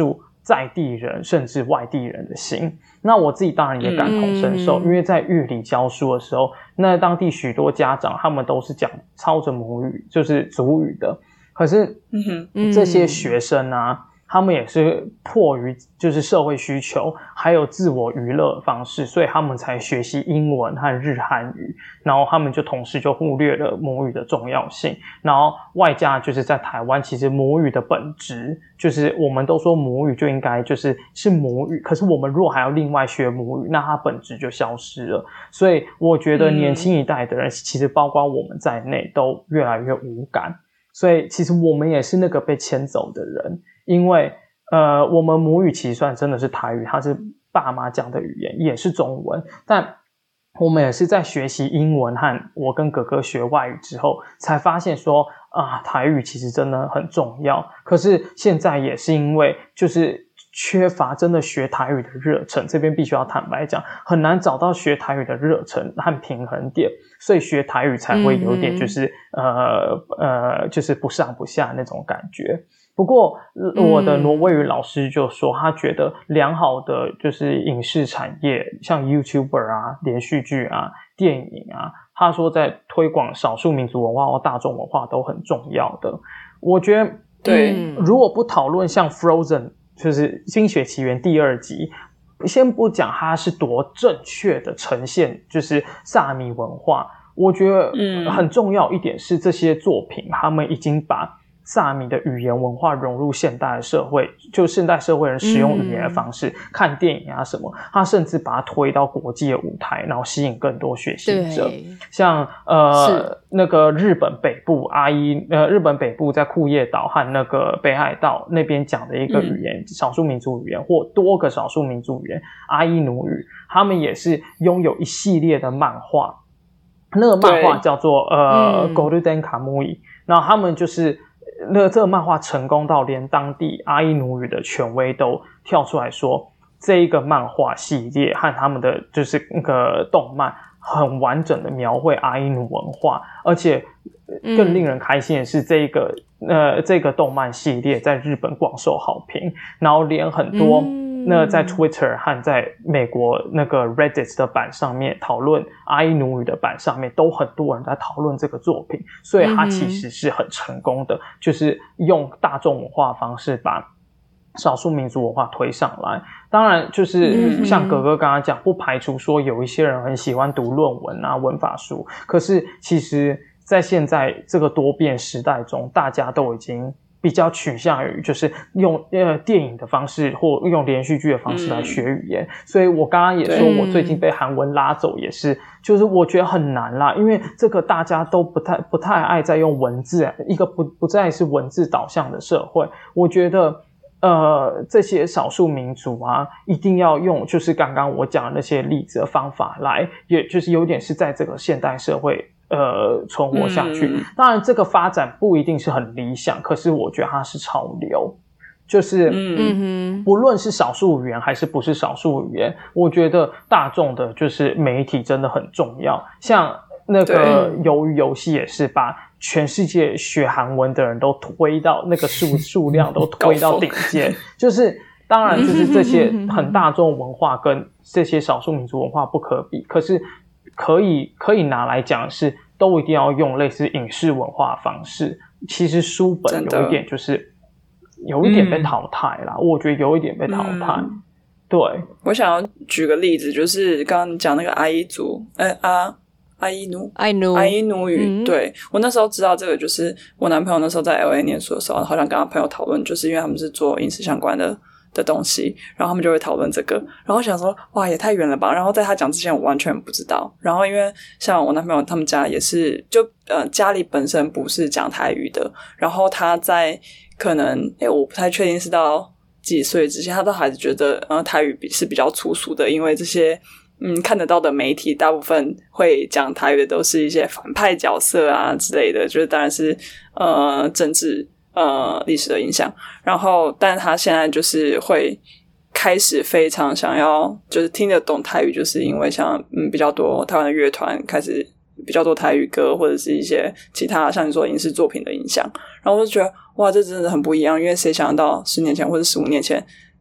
在地人甚至外地人的心。那我自己当然也感同身受，因为在玉里教书的时候，那当地许多家长他们都是操着母语，就是族语的，可是这些学生啊，他们也是迫于就是社会需求还有自我娱乐方式，所以他们才学习英文和日韩语，然后他们就同时就忽略了母语的重要性。然后外加就是在台湾，其实母语的本质就是我们都说母语就应该是母语，可是我们如果还要另外学母语，那它本质就消失了。所以我觉得年轻一代的人，其实包括我们在内都越来越无感，所以其实我们也是那个被牵走的人。因为我们母语其实算真的是台语，它是爸妈讲的语言，也是中文，但我们也是在学习英文和我跟哥哥学外语之后才发现说台语其实真的很重要。可是现在也是因为就是缺乏真的学台语的热忱，这边必须要坦白讲，很难找到学台语的热忱和平衡点，所以学台语才会有点就是就是不上不下那种感觉。不过我的挪威语老师就说，他觉得良好的就是影视产业，像 YouTuber 啊、连续剧啊、电影啊，他说在推广少数民族文化或大众文化都很重要的。我觉得对，如果不讨论像 Frozen 就是冰雪奇缘第2集，先不讲它是多正确的呈现就是萨米文化，我觉得很重要一点是这些作品他们已经把萨米的语言文化融入现代的社会，就现代社会人使用语言的方式，看电影啊什么，他甚至把它推到国际的舞台，然后吸引更多学习者。像那个日本北部日本北部在库页岛和那个北海道那边讲的一个语言，少数民族语言或多个少数民族语言阿伊努语，他们也是拥有一系列的漫画，那个漫画叫做Golden Kamuy， 然后他们就是这个漫画成功到连当地阿伊努语的权威都跳出来说，这一个漫画系列和他们的就是那个动漫很完整的描绘阿伊努文化，而且更令人开心的是这个动漫系列在日本广受好评，然后连很多那在 Twitter 和在美国那个 Reddit 的版上面讨论阿伊努语的版上面都很多人在讨论这个作品，所以它其实是很成功的，就是用大众文化方式把少数民族文化推上来。当然就是像哥哥刚刚讲，不排除说有一些人很喜欢读论文啊文法书，可是其实在现在这个多变时代中，大家都已经比较趋向于就是用电影的方式或用连续剧的方式来学语言，所以我刚刚也说我最近被韩文拉走也是，就是我觉得很难啦，因为这个大家都不太爱再用文字，一个不再是文字导向的社会，我觉得这些少数民族啊一定要用就是刚刚我讲的那些例子的方法来，也就是有点是在这个现代社会存活下去。当然这个发展不一定是很理想，可是我觉得它是潮流，就是不论是少数语言还是不是少数语言，我觉得大众的就是媒体真的很重要。像那个鱿鱼游戏也是把全世界学韩文的人都推到那个数量都推到顶尖就是当然就是这些很大众文化跟这些少数民族文化不可比，可是可以拿来讲是都一定要用类似影视文化方式。其实书本有一点就是有一点被淘汰啦，我觉得有一点被淘汰。对， 我想要举个例子，就是刚刚你讲那个阿伊族阿伊努语，对，我那时候知道这个，就是我男朋友那时候在 LA 念书的时候，好像跟他朋友讨论，就是因为他们是做影视相关的东西，然后他们就会讨论这个，然后想说哇也太远了吧，然后在他讲之前我完全不知道，然后因为像我男朋友他们家也是就家里本身不是讲台语的，然后他在可能我不太确定是到几岁之前，他都还是觉得台语是比较粗俗的，因为这些看得到的媒体大部分会讲台语的都是一些反派角色啊之类的，就是当然是政治历史的影响，然后但他现在就是会开始非常想要就是听得懂台语，就是因为像比较多台湾的乐团开始比较多台语歌或者是一些其他像你说影视作品的影响，然后我就觉得哇这真的很不一样，因为谁想到10年前或者15年前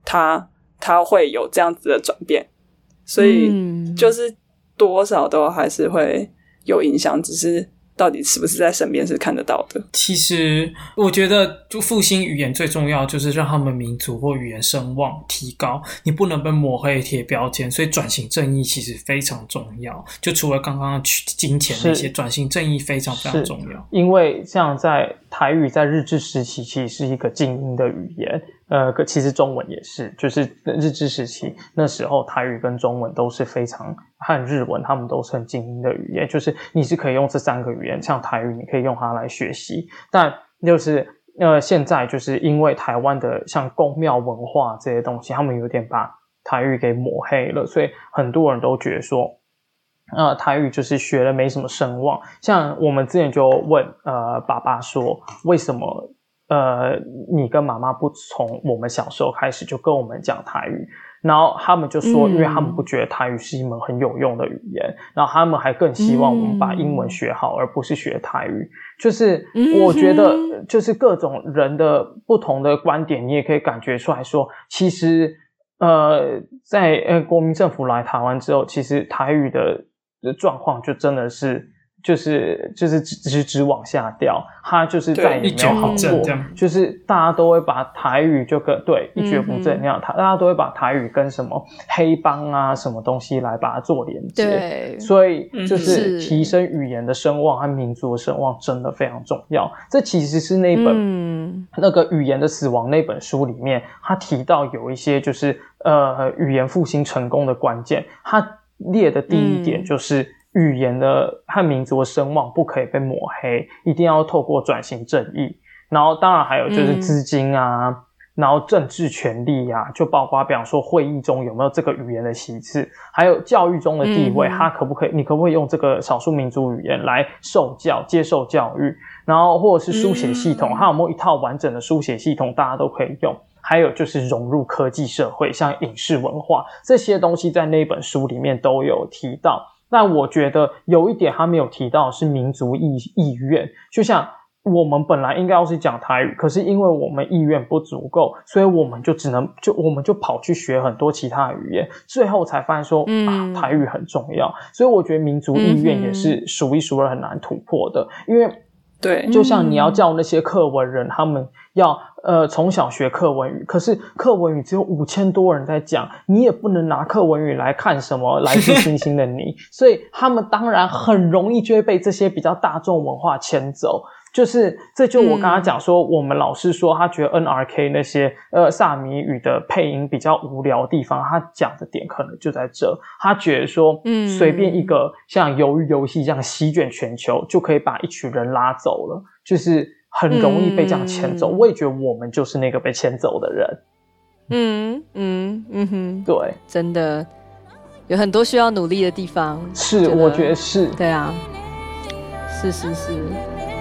它会有这样子的转变，所以就是多少都还是会有影响，只是到底是不是在身边是看得到的。 其实我觉得就复兴语言最重要就是让他们民族或语言声望提高，你不能被抹黑贴标签，所以转型正义其实非常重要，就除了刚刚金钱那些，转型正义非常非常重要。 因为像在台语在日治时期其实是一个精英的语言，其实中文也是，就是日治时期那时候台语跟中文都是非常，和日文他们都是很精英的语言，就是你是可以用这3个语言，像台语你可以用它来学习，但就是现在就是因为台湾的像宫庙文化这些东西，他们有点把台语给抹黑了，所以很多人都觉得说台语就是学了没什么声望。像我们之前就问爸爸说，为什么你跟妈妈不从我们小时候开始就跟我们讲台语？然后他们就说，因为他们不觉得台语是一门很有用的语言，然后他们还更希望我们把英文学好，而不是学台语。就是我觉得就是各种人的不同的观点，你也可以感觉出来说，其实在国民政府来台湾之后，其实台语的状况就真的是只往下掉，它就是再也没有好过，就是大家都会把台语就跟一蹶不振那样，大家都会把台语跟什么黑帮啊什么东西来把它做连接， 对， 所以就是提升语言的声望和民族的声望真的非常重要。这其实是那本那个语言的死亡那本书里面，他提到有一些就是语言复兴成功的关键，他列的第一点就是语言的和民族的声望不可以被抹黑，一定要透过转型正义。然后当然还有就是资金啊，然后政治权利啊，就包括比方说会议中有没有这个语言的席次，还有教育中的地位，它你可不可以用这个少数民族语言来受教接受教育，然后或者是书写系统，它有没有一套完整的书写系统大家都可以用，还有就是融入科技社会，像影视文化，这些东西在那本书里面都有提到。但我觉得有一点他没有提到是民族意愿，就像我们本来应该要是讲台语，可是因为我们意愿不足够，所以我们就跑去学很多其他语言，最后才发现说台语很重要。所以我觉得民族意愿也是数一数二很难突破的，因为对， 就像你要叫那些客文人，他们要从小学客文语，可是客文语只有5000多人在讲，你也不能拿客文语来看什么来自星星的你，所以他们当然很容易就会被这些比较大众文化牵走。就是这就我刚刚讲说，我们老师说他觉得 NRK 那些萨米语的配音比较无聊的地方，他讲的点可能就在这，他觉得说随便一个像鱿鱼游戏这样席卷全球就可以把一群人拉走了，就是很容易被这样牵走。我也觉得我们就是那个被牵走的人。对， 真的有很多需要努力的地方。 是，我觉得是。 对啊，是。